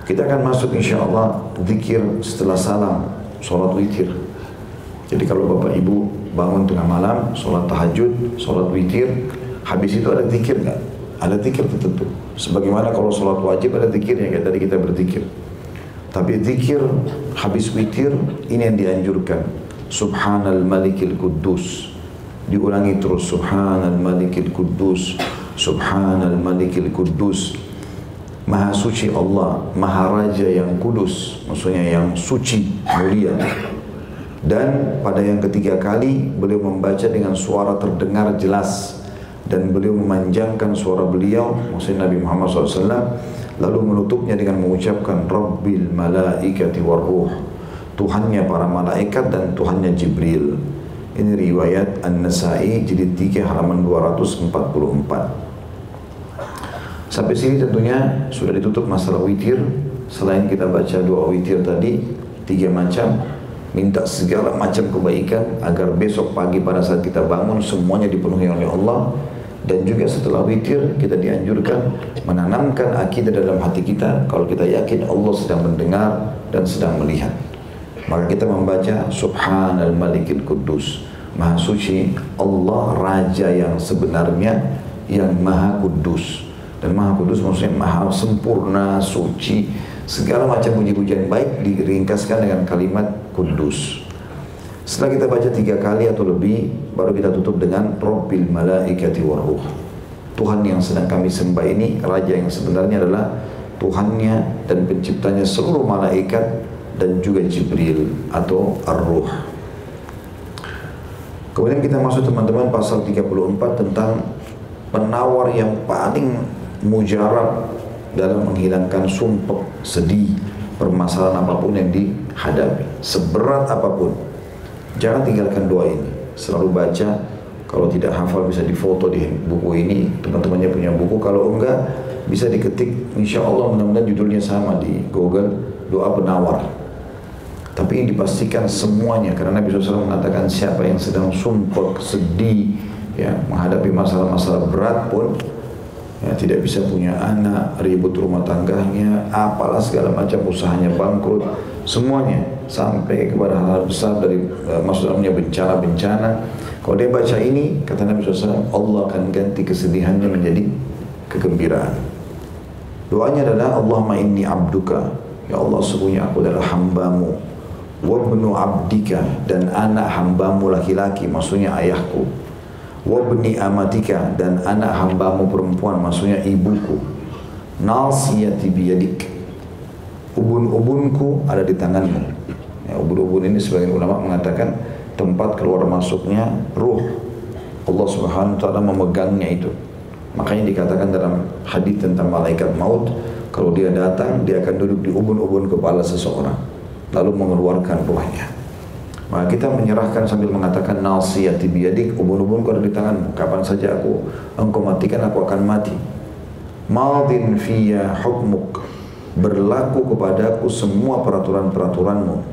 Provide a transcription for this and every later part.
Kita akan masuk insya Allah zikir setelah salam sholat witir. Jadi kalau bapak ibu bangun tengah malam, sholat tahajud, sholat witir, habis itu ada zikir nggak? Ada zikir tertentu. Sebagaimana kalau sholat wajib ada zikirnya, kayak tadi kita berzikir. Tapi zikir habis witir ini yang dianjurkan. Subhanal Malikil Quddus. Diulangi terus, Subhanal Malikil Quddus, Subhanal Malikil Quddus. Maha suci Allah, Maha Raja yang kudus, maksudnya yang suci, mulia. Dan pada yang ketiga kali beliau membaca dengan suara terdengar jelas dan beliau memanjangkan suara beliau, maksudnya Nabi Muhammad SAW, lalu menutupnya dengan mengucapkan Rabbil Malaikati Warruh, Tuhannya para malaikat dan Tuhannya Jibril. Ini riwayat An-Nasai jilid 3 halaman 244. Sampai sini tentunya sudah ditutup masalah witir. Selain kita baca doa witir tadi 3 macam, minta segala macam kebaikan agar besok pagi pada saat kita bangun semuanya dipenuhi oleh Allah. Dan juga setelah witir kita dianjurkan menanamkan akidah dalam hati kita kalau kita yakin Allah sedang mendengar dan sedang melihat. Maka kita membaca Subhanal Malikil Quddus, Maha suci Allah Raja yang sebenarnya yang Maha Kudus. Dan Maha Kudus maksudnya Maha sempurna, suci, segala macam puji-pujian baik diringkaskan dengan kalimat Kudus. Setelah kita baca 3 kali atau lebih, baru kita tutup dengan Rabbil Malaikati Warruh. Tuhan yang sedang kami sembah ini, Raja yang sebenarnya adalah Tuhannya dan penciptanya seluruh malaikat dan juga Jibril atau Ar-Ruh. Kemudian kita masuk teman-teman pasal 34 tentang penawar yang paling mujarab dalam menghilangkan sumpek, sedih, permasalahan apapun yang dihadapi, seberat apapun. Jangan tinggalkan doa ini, selalu baca. Kalau tidak hafal bisa difoto di buku ini, teman-temannya punya buku. Kalau enggak bisa diketik, insya Allah mudah-mudahan judulnya sama di Google, doa penawar. Tapi ini dipastikan semuanya, karena Nabi SAW mengatakan siapa yang sedang sumpek, sedih, ya, menghadapi masalah-masalah berat pun, ya, tidak bisa punya anak, ribut rumah tangganya, apalah segala macam usahanya bangkrut, semuanya sampai kepada hal-hal besar dari maksudnya bencana-bencana. Kalau dia baca ini, kata Nabi SAW, Allah akan ganti kesedihannya menjadi kegembiraan. Doanya adalah Allahumma inni abduka, ya Allah sesungguhnya aku adalah hambamu, wabnu abdika, dan anak hambamu laki-laki, maksudnya ayahku, wabni amatika, dan anak hambamu perempuan, maksudnya ibuku, nasiyati biyadik, ubun-ubunku ada di tanganmu. Ya, ubun-ubun ini sebagian ulama mengatakan tempat keluar masuknya ruh. Allah Subhanahu wa taala memegangnya itu. Makanya dikatakan dalam hadis tentang malaikat maut, kalau dia datang dia akan duduk di ubun-ubun kepala seseorang lalu mengeluarkan ruhnya. Maka kita menyerahkan sambil mengatakan nasiyati biyadik, ubun-ubunku ada di tanganmu, kapan saja engkau matikan aku akan mati. Madin fiyya hukmuk, berlaku kepadaku semua peraturan-peraturanmu.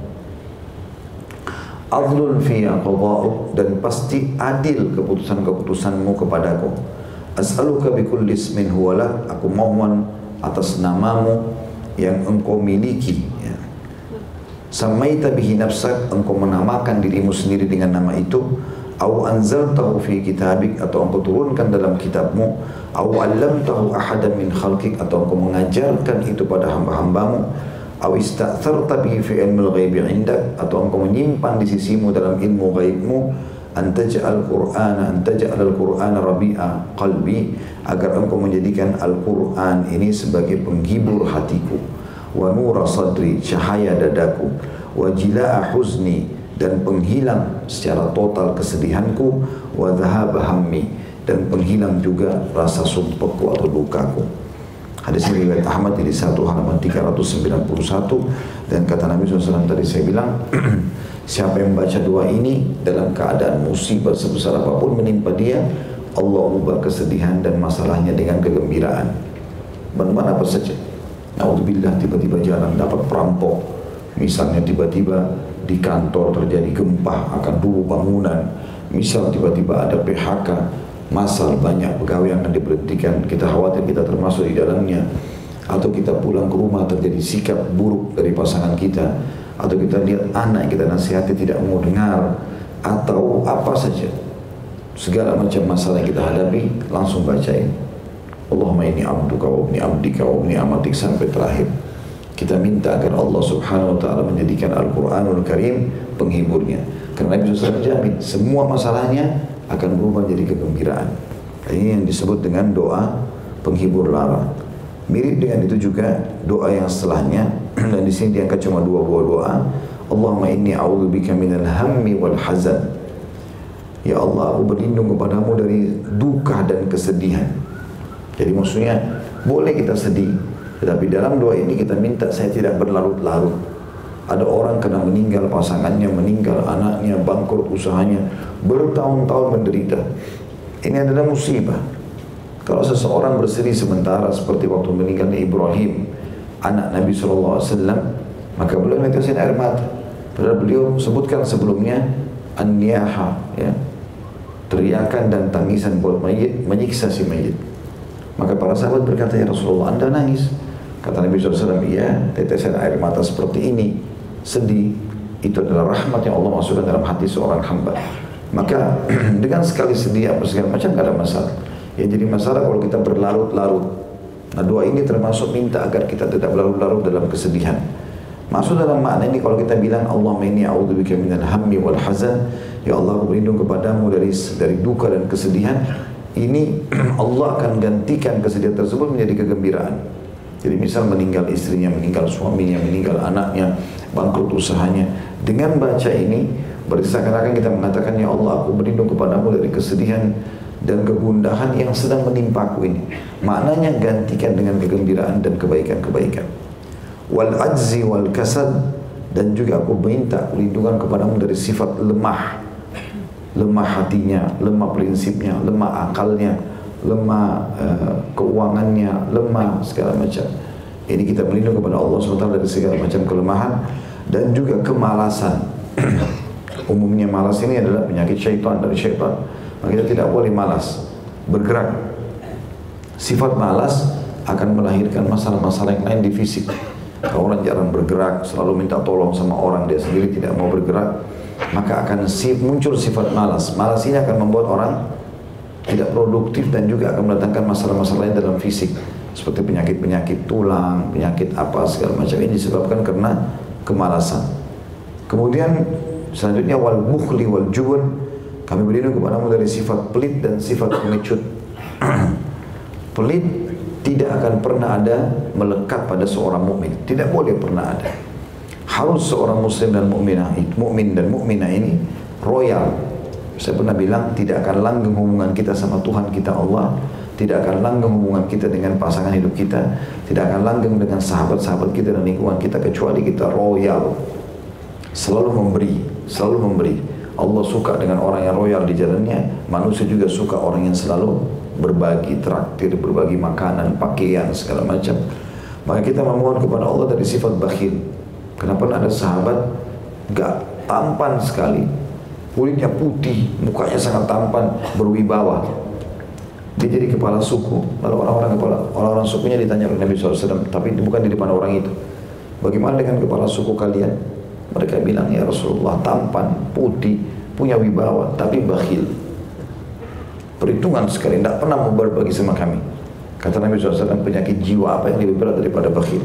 Adlun fiyya qada'uk, dan pasti adil keputusan-keputusanmu kepadaku. As'aluka bikulli ismin huwalak, aku mohon atas namamu yang engkau miliki, ya. Samaita bihi nafsak, engkau menamakan dirimu sendiri dengan nama itu. Au anzaltahu fi kitabik, atau engkau turunkan dalam kitabmu. Au 'allamtahu ahadan min khalqik, atau engkau mengajarkan itu pada hamba-hambamu. Au ista'tharta bihi fi ilmil ghaibi 'indak, atau engkau menyimpan di sisimu dalam ilmu ghaibmu. Antaj'al Qur'ana rabi'a qalbi, agar engkau menjadikan Al-Qur'an ini sebagai penghibur hatiku, wa nura sadri, cahaya dadaku, wa jila'a huzni, dan penghilang secara total kesedihanku, wa dhahaba hammi, dan penghilang juga rasa sumpahku atau lukaku. Hadis ini riwayat Ahmad di 1 halaman 391, dan kata Nabi SAW tadi saya bilang, siapa yang membaca doa ini dalam keadaan musibah sebesar apapun menimpa dia, Allah ubah kesedihan dan masalahnya dengan kegembiraan. Mana apa saja. Naudzubillah, tiba-tiba jalan dapat perampok, misalnya tiba-tiba di kantor terjadi gempa akan dulu bangunan, misal tiba-tiba ada PHK, masal banyak pegawai yang akan diberhentikan, kita khawatir kita termasuk di dalamnya, atau kita pulang ke rumah terjadi sikap buruk dari pasangan kita, atau kita lihat anak yang kita nasihati tidak mau dengar, atau apa saja, segala macam masalah yang kita hadapi, langsung bacain Allahumma inni abduka wa ibni abdika wa ibni amatik sampai terakhir. Kita minta agar Allah subhanahu wa ta'ala menjadikan Al-Quranul Karim penghiburnya, karena Nabi SAW jamin semua masalahnya akan berubah jadi kegembiraan. Ini yang disebut dengan doa penghibur lara. Mirip dengan itu juga doa yang setelahnya, dan di sini diangkat cuma dua buah doa. Allahumma inni a'udzubika minal hammi wal hazan. Ya Allah, aku berlindung kepadamu dari duka dan kesedihan. Jadi maksudnya boleh kita sedih, tetapi dalam doa ini kita minta saya tidak berlarut-larut. Ada orang kena meninggal pasangannya, meninggal anaknya, bangkrut usahanya, bertahun-tahun menderita. Ini adalah musibah. Kalau seseorang bersedih sementara seperti waktu meninggalnya Ibrahim, anak Nabi SAW, maka beliau menetesin air mata. Padahal beliau sebutkan sebelumnya an-niyaha, ya, teriakan dan tangisan buat mayit, menyiksa si mayit. Maka para sahabat berkata, ya Rasulullah, Anda nangis? Kata Nabi SAW, iya, tetesan air mata seperti ini, sedih, itu adalah rahmat yang Allah masukkan dalam hati seorang hamba. Maka dengan sekali sedih apa segala macam gak ada masalah. Yang jadi masalah kalau kita berlarut-larut. Nah, doa ini termasuk minta agar kita tidak berlarut-larut dalam kesedihan. Maksud dalam makna ini kalau kita bilang Allahumma inni a'udzubika minal hammi wal hazan, ya Allah, aku berlindung kepadamu dari duka dan kesedihan. Ini Allah akan gantikan kesedihan tersebut menjadi kegembiraan. Jadi misal meninggal istrinya, meninggal suaminya, meninggal anaknya, bangkrut usahanya. Dengan baca ini berarti seakan-akan kita mengatakan, ya Allah, aku berlindung kepadamu dari kesedihan dan kegundahan yang sedang menimpaku ini. Maknanya gantikan dengan kegembiraan dan kebaikan-kebaikan. Wal ajzi wal kasal, dan juga aku minta perlindungan kepadamu dari sifat lemah. Lemah hatinya, lemah prinsipnya, lemah akalnya, lemah keuangannya, lemah segala macam. Ini kita berlindung kepada Allah SWT dari segala macam kelemahan dan juga kemalasan. Umumnya malas ini adalah penyakit syaitan, dari syaitan. Maka kita tidak boleh malas bergerak. Sifat malas akan melahirkan masalah-masalah yang lain di fisik. Kalau orang jarang bergerak, selalu minta tolong sama orang, dia sendiri tidak mau bergerak, maka akan muncul sifat malas. Malas ini akan membuat orang tidak produktif dan juga akan mendatangkan masalah-masalah lain dalam fisik, seperti penyakit-penyakit tulang, penyakit apa segala macam. Ini disebabkan karena kemalasan. Kemudian selanjutnya wal bukhli wal jubn, kami berlindung kepadamu dari sifat pelit dan sifat pengecut. Pelit tidak akan pernah ada melekat pada seorang mukmin, tidak boleh pernah ada. Harus seorang muslim dan mukmin dan mukminah ini royal. Saya pernah bilang, tidak akan langgeng hubungan kita sama Tuhan kita Allah, tidak akan langgeng hubungan kita dengan pasangan hidup kita, tidak akan langgeng dengan sahabat-sahabat kita dan lingkungan kita, kecuali kita royal. Selalu memberi, selalu memberi. Allah suka dengan orang yang royal di jalannya. Manusia juga suka orang yang selalu berbagi, traktir, berbagi makanan, pakaian, segala macam. Maka kita memohon kepada Allah dari sifat bakhil. Kenapa ada sahabat gak tampan sekali, kulitnya putih, mukanya sangat tampan, berwibawa. Dia jadi kepala suku. Lalu orang-orang sukunya ditanya oleh Nabi SAW, tapi bukan di depan orang itu. Bagaimana dengan kepala suku kalian? Mereka bilang, ya Rasulullah, tampan, putih, punya wibawa, tapi bakhil. Perhitungan sekali, tidak pernah mau berbagi sama kami. Kata Nabi SAW, penyakit jiwa apa yang lebih berat daripada bakhil?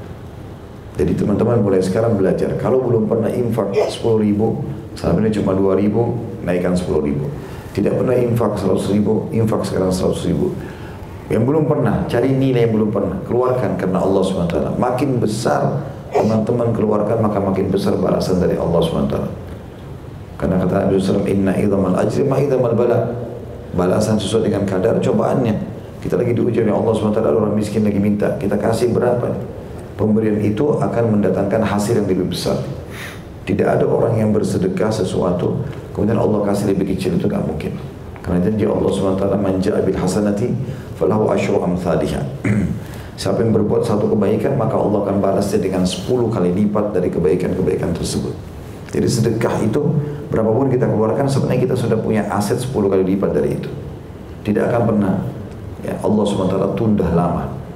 Jadi teman-teman mulai sekarang belajar. Kalau belum pernah infak 10.000, sekarang cuma 2.000, naikkan 10.000. Tidak pernah infak 100.000, infak sekarang 100.000. Yang belum pernah, cari nilai yang belum pernah, keluarkan karena Allah SWT. Makin besar teman-teman keluarkan, maka makin besar balasan dari Allah SWT. Karena kata Nabi SAW, inna idhamal ajri ma idhamal bala. Balasan sesuai dengan kadar cobaannya. Kita lagi diuji oleh Allah SWT, orang miskin lagi minta, kita kasih berapa? Pemberian itu akan mendatangkan hasil yang lebih besar. Tidak ada orang yang bersedekah sesuatu kemudian Allah kasih lebih kecil, itu tidak mungkin. Karena janji Allah SWT, man ja'a bil hasanati falahu asyru amsalihha. Siapa yang berbuat satu kebaikan, maka Allah akan balasnya dengan 10 kali lipat dari kebaikan-kebaikan tersebut. Jadi sedekah itu berapapun kita keluarkan, sebenarnya kita sudah punya aset 10 kali lipat dari itu. Tidak akan pernah ya Allah SWT tunda lama.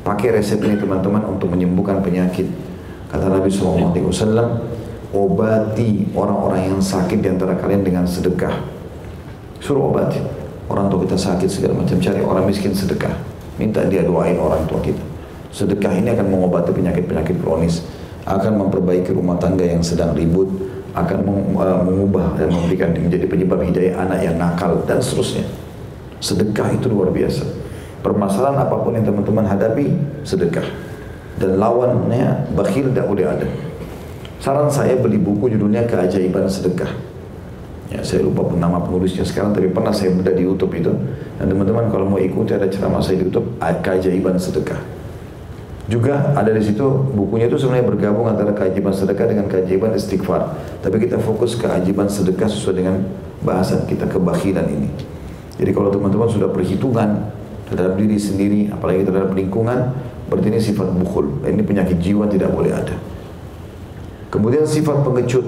Pakai resep ini teman-teman untuk menyembuhkan penyakit. Kata Nabi SAW, obati orang-orang yang sakit di antara kalian dengan sedekah. Suruh obati. Orang tua kita sakit segala macam, cari orang miskin sedekah. Minta dia doain orang tua kita. Sedekah ini akan mengobati penyakit-penyakit kronis, akan memperbaiki rumah tangga yang sedang ribut, akan mengubah dan memberikan menjadi penyebab hidayah anak yang nakal dan seterusnya. Sedekah itu luar biasa. Permasalahan apapun yang teman-teman hadapi, sedekah. Dan lawannya bakhil tidak boleh ada. Saran saya beli buku judulnya Keajaiban Sedekah. Ya, saya lupa nama penulisnya sekarang, tapi pernah saya bedah di YouTube itu. Dan teman-teman kalau mau ikuti ada ceramah saya di YouTube, Keajaiban Sedekah. Juga ada di situ bukunya itu sebenarnya bergabung antara keajaiban sedekah dengan keajaiban istighfar. Tapi kita fokus keajaiban sedekah sesuai dengan bahasan kita, kebakhilan ini. Jadi kalau teman-teman sudah perhitungan terhadap diri sendiri, apalagi terhadap lingkungan, berarti ini sifat bukhul. Ini penyakit jiwa, tidak boleh ada. Kemudian sifat pengecut,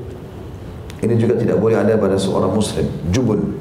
ini juga tidak boleh ada pada seorang muslim. Jubun.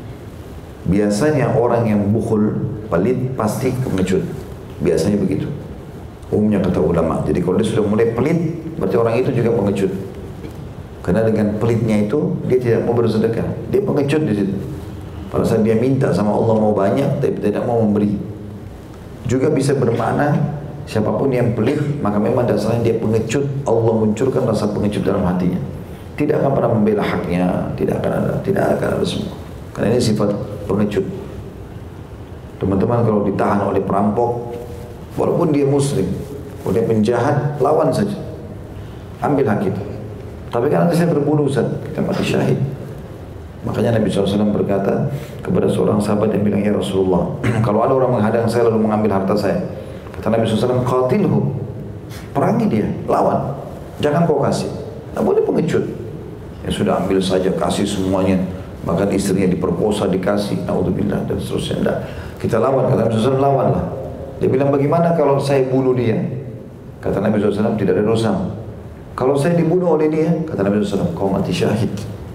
Biasanya orang yang bukhul, pelit, pasti pengecut. Biasanya begitu. Umumnya kata ulama. Jadi kalau dia sudah mulai pelit, berarti orang itu juga pengecut. Karena dengan pelitnya itu, dia tidak mau bersedekah. Dia pengecut di situ. Pada saat dia minta sama Allah mau banyak, tapi tidak mau memberi. Juga bisa bermakna siapapun yang pelit, maka memang dasarnya dia pengecut. Allah munculkan rasa pengecut dalam hatinya. Tidak akan pernah membela haknya, tidak akan ada semua. Karena ini sifat pengecut. Teman-teman kalau ditahan oleh perampok, walaupun dia muslim, kalau dia penjahat, lawan saja. Ambil hak kita. Tapi kan nanti saya berbunuh, Ustaz, kita mati syahid. Makanya Nabi SAW berkata kepada seorang sahabat yang bilang, ya Rasulullah, kalau ada orang menghadang saya lalu mengambil harta saya, kata Nabi SAW, qatilhu, perangi dia, lawan, jangan kau kasih. Tidak boleh pengecut. Ya sudah, ambil saja, kasih semuanya. Bahkan istrinya diperkosa, dikasih, naudzubillah, dan seterusnya. Tidak. Kita lawan, kata Nabi SAW, lawanlah. Dia bilang, bagaimana kalau saya bunuh dia? Kata Nabi SAW, tidak ada dosa. Kalau saya dibunuh oleh dia, kata Nabi SAW, kau mati syahid.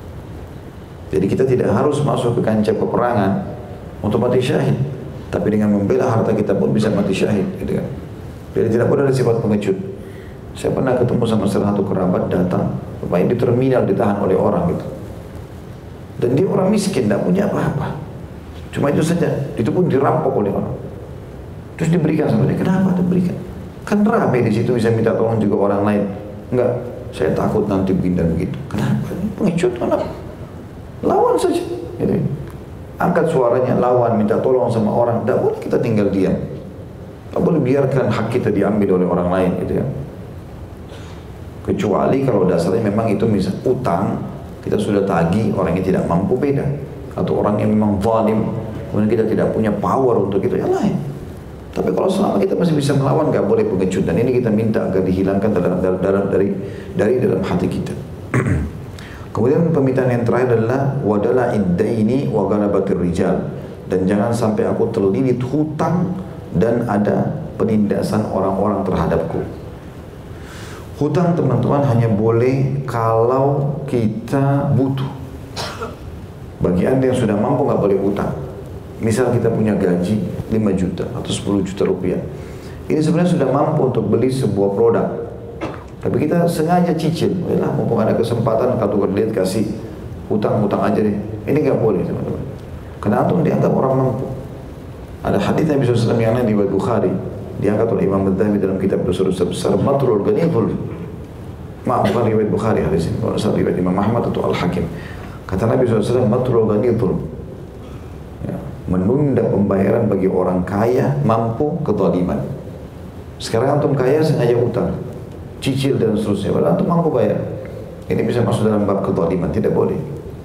Jadi kita tidak harus masuk ke kancah peperangan untuk mati syahid, tapi dengan membela harta kita pun bisa mati syahid, gitu kan. Jadi tidak boleh ada sifat pengecut. Saya pernah ketemu sama salah satu kerabat datang, rupanya di terminal ditahan oleh orang gitu. Dan dia orang miskin, tidak punya apa-apa. Cuma itu saja, itu pun dirampok oleh orang. Terus diberikan sama dia, kenapa diberikan? Kan ramai di situ bisa minta tolong juga orang lain. Enggak, saya takut nanti begini dan begitu. Kenapa? Pengecut, kenapa? Lawan saja, gitu. Angkat suaranya, lawan, minta tolong sama orang. Tidak boleh kita tinggal diam. Tidak boleh biarkan hak kita diambil oleh orang lain, gitu ya. Kecuali kalau dasarnya memang itu misalnya utang, kita sudah tagih, orang yang tidak mampu beda. Atau orang yang memang zalim, kemudian kita tidak punya power untuk itu, ya lain. Tapi kalau selama kita masih bisa melawan, nggak boleh pengecut. Dan ini kita minta agar dihilangkan dari dalam hati kita. Kemudian permintaan yang terakhir adalah wadala iddaini wa ghalabatir rijal, dan jangan sampai aku terlilit hutang dan ada penindasan orang-orang terhadapku. Hutang teman-teman hanya boleh kalau kita butuh. Bagi Anda yang sudah mampu nggak boleh hutang. Misal kita punya gaji 5 juta atau 10 juta rupiah. Ini sebenarnya sudah mampu untuk beli sebuah produk. Tapi kita sengaja cicil, lah mumpung ada kesempatan kalau lihat kasih hutang aja deh. Ini nggak boleh teman-teman. Karena antum dianggap orang mampu. Ada hadis Nabi SAW yang lain di Bukhari, diangkat oleh Imam Al-Dhahabi dalam kitab dosa-dosa besar, matrul ghaniyul. Maaf, bukan riwayat Bukhari hadis ini, kalau salah riwayat Imam Ahmad atau Al-Hakim. Kata Nabi SAW, matrul ghaniyul, ya, menunda pembayaran bagi orang kaya mampu kezaliman. Sekarang antum kaya sengaja utang, cicil dan seterusnya, padahal antum mampu bayar. Ini bisa masuk dalam bab kezaliman, tidak boleh.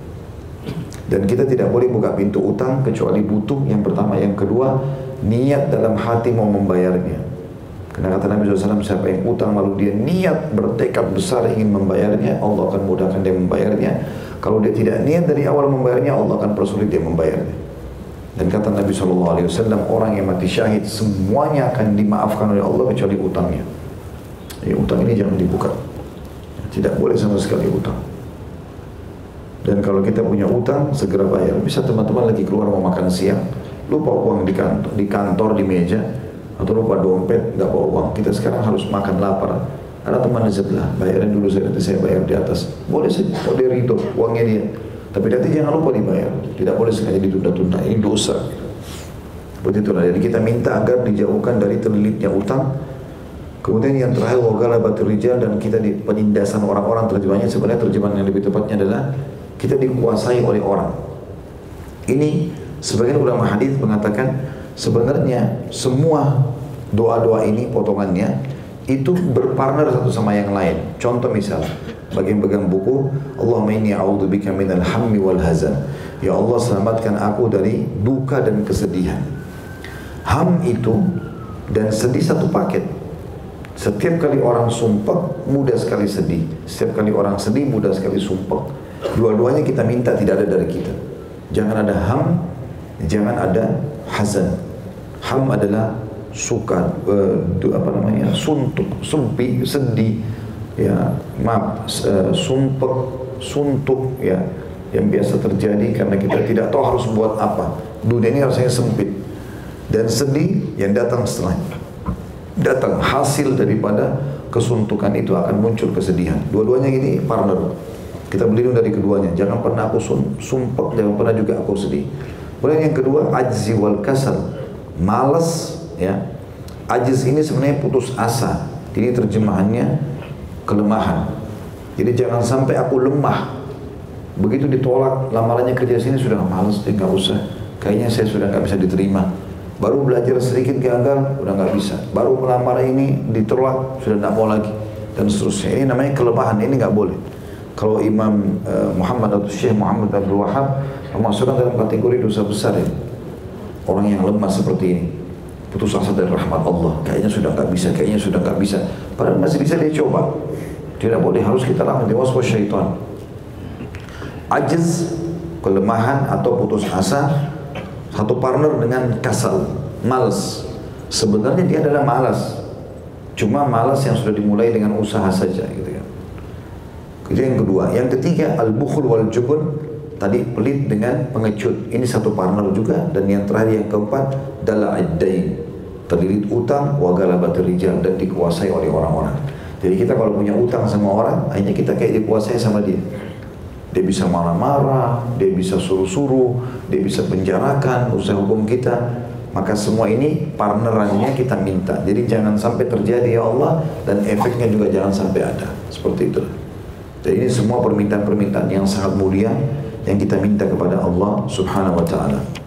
Dan kita tidak boleh buka pintu utang kecuali butuh, yang pertama. Yang kedua, niat dalam hati mau membayarnya. Karena kata Nabi SAW, siapa yang utang lalu dia niat bertekad besar ingin membayarnya, Allah akan mudahkan dia membayarnya. Kalau dia tidak niat dari awal membayarnya, Allah akan persulit dia membayarnya. Dan kata Nabi SAW, orang yang mati syahid semuanya akan dimaafkan oleh Allah kecuali utangnya. Ya, utang ini jangan dibuka. Tidak boleh sama sekali utang. Dan kalau kita punya utang, segera bayar. Bisa teman-teman lagi keluar mau makan siang, lupa uang di kantor di meja, atau atau lupa dompet, nggak bawa uang. Kita sekarang harus makan lapar. Ada teman di sebelah, bayarin dulu saya, nanti saya bayar di atas. Boleh sih, kalau dia ridho, uangnya dia. Tapi nanti jangan lupa dibayar. Tidak boleh sengaja ditunda-tunda, ini dosa. Seperti itulah. Jadi kita minta agar dijauhkan dari terlilitnya utang. Kemudian yang terakhir, waghalabatir rijal, dan kita di penindasan orang-orang. Terjemahannya sebenarnya terjemahan yang lebih tepatnya adalah kita dikuasai oleh orang. Ini sebagian ulama hadis mengatakan sebenarnya semua doa-doa ini potongannya itu berpartner satu sama yang lain. Contoh misal, bagi yang pegang buku, Allahumma inni a'udzubika minal hammi wal hazan. Ya Allah, selamatkan aku dari duka dan kesedihan. Ham itu dan sedih satu paket. Setiap kali orang sumpah, mudah sekali sedih. Setiap kali orang sedih, mudah sekali sumpah. Dua-duanya kita minta, tidak ada dari kita. Jangan ada ham, jangan ada hazan. Ham adalah suka, suntuk, sempi, sedih, ya, maaf, sumpah, suntuk, ya, yang biasa terjadi karena kita tidak tahu harus buat apa. Dunia ini rasanya sempit. Dan sedih yang datang setelahnya. Datang hasil daripada kesuntukan itu akan muncul kesedihan. Dua-duanya ini partner. Kita berlindung dari keduanya. Jangan pernah aku sumpah, jangan pernah juga aku sedih. Kemudian yang kedua, ajzi wal kasal. Malas, ya. Ajiz ini sebenarnya putus asa. Jadi terjemahannya kelemahan. Jadi jangan sampai aku lemah. Begitu ditolak, lamarannya kerja sini sudah malas, nggak usah. Kayaknya saya sudah nggak bisa diterima. Baru belajar sedikit gagal, udah nggak bisa. Baru melamar ini ditolak, sudah nggak mau lagi, dan seterusnya. Ini namanya kelemahan, ini nggak boleh. Kalau Imam Muhammad atau Syekh Muhammad Abdul Wahab memasukkan dalam kategori dosa besar ini. Orang yang lemah seperti ini, putus asa dari rahmat Allah, kayaknya sudah nggak bisa, kayaknya sudah nggak bisa. Padahal masih bisa dia coba. Tidak boleh, harus kita lawan di waswas syaitan. Ajiz, kelemahan atau putus asa, satu partner dengan kasal, malas. Sebenarnya dia adalah malas, cuma malas yang sudah dimulai dengan usaha saja, gitu kan. Itu yang kedua. Yang ketiga, al-bukhul wal jubun, tadi pelit dengan pengecut. Ini satu partner juga. Dan yang terakhir, yang keempat, dala'id-dain, terlilit utang, wa ghalabatir rijal, dan dikuasai oleh orang-orang. Jadi kita kalau punya utang sama orang, akhirnya kita kayak dikuasai sama dia. Dia bisa marah-marah, dia bisa suruh-suruh, dia bisa penjarakan, usaha hukum kita. Maka semua ini partnerannya kita minta. Jadi jangan sampai terjadi ya Allah, dan efeknya juga jangan sampai ada. Seperti itu. Jadi ini semua permintaan-permintaan yang sangat mulia yang kita minta kepada Allah Subhanahu wa ta'ala.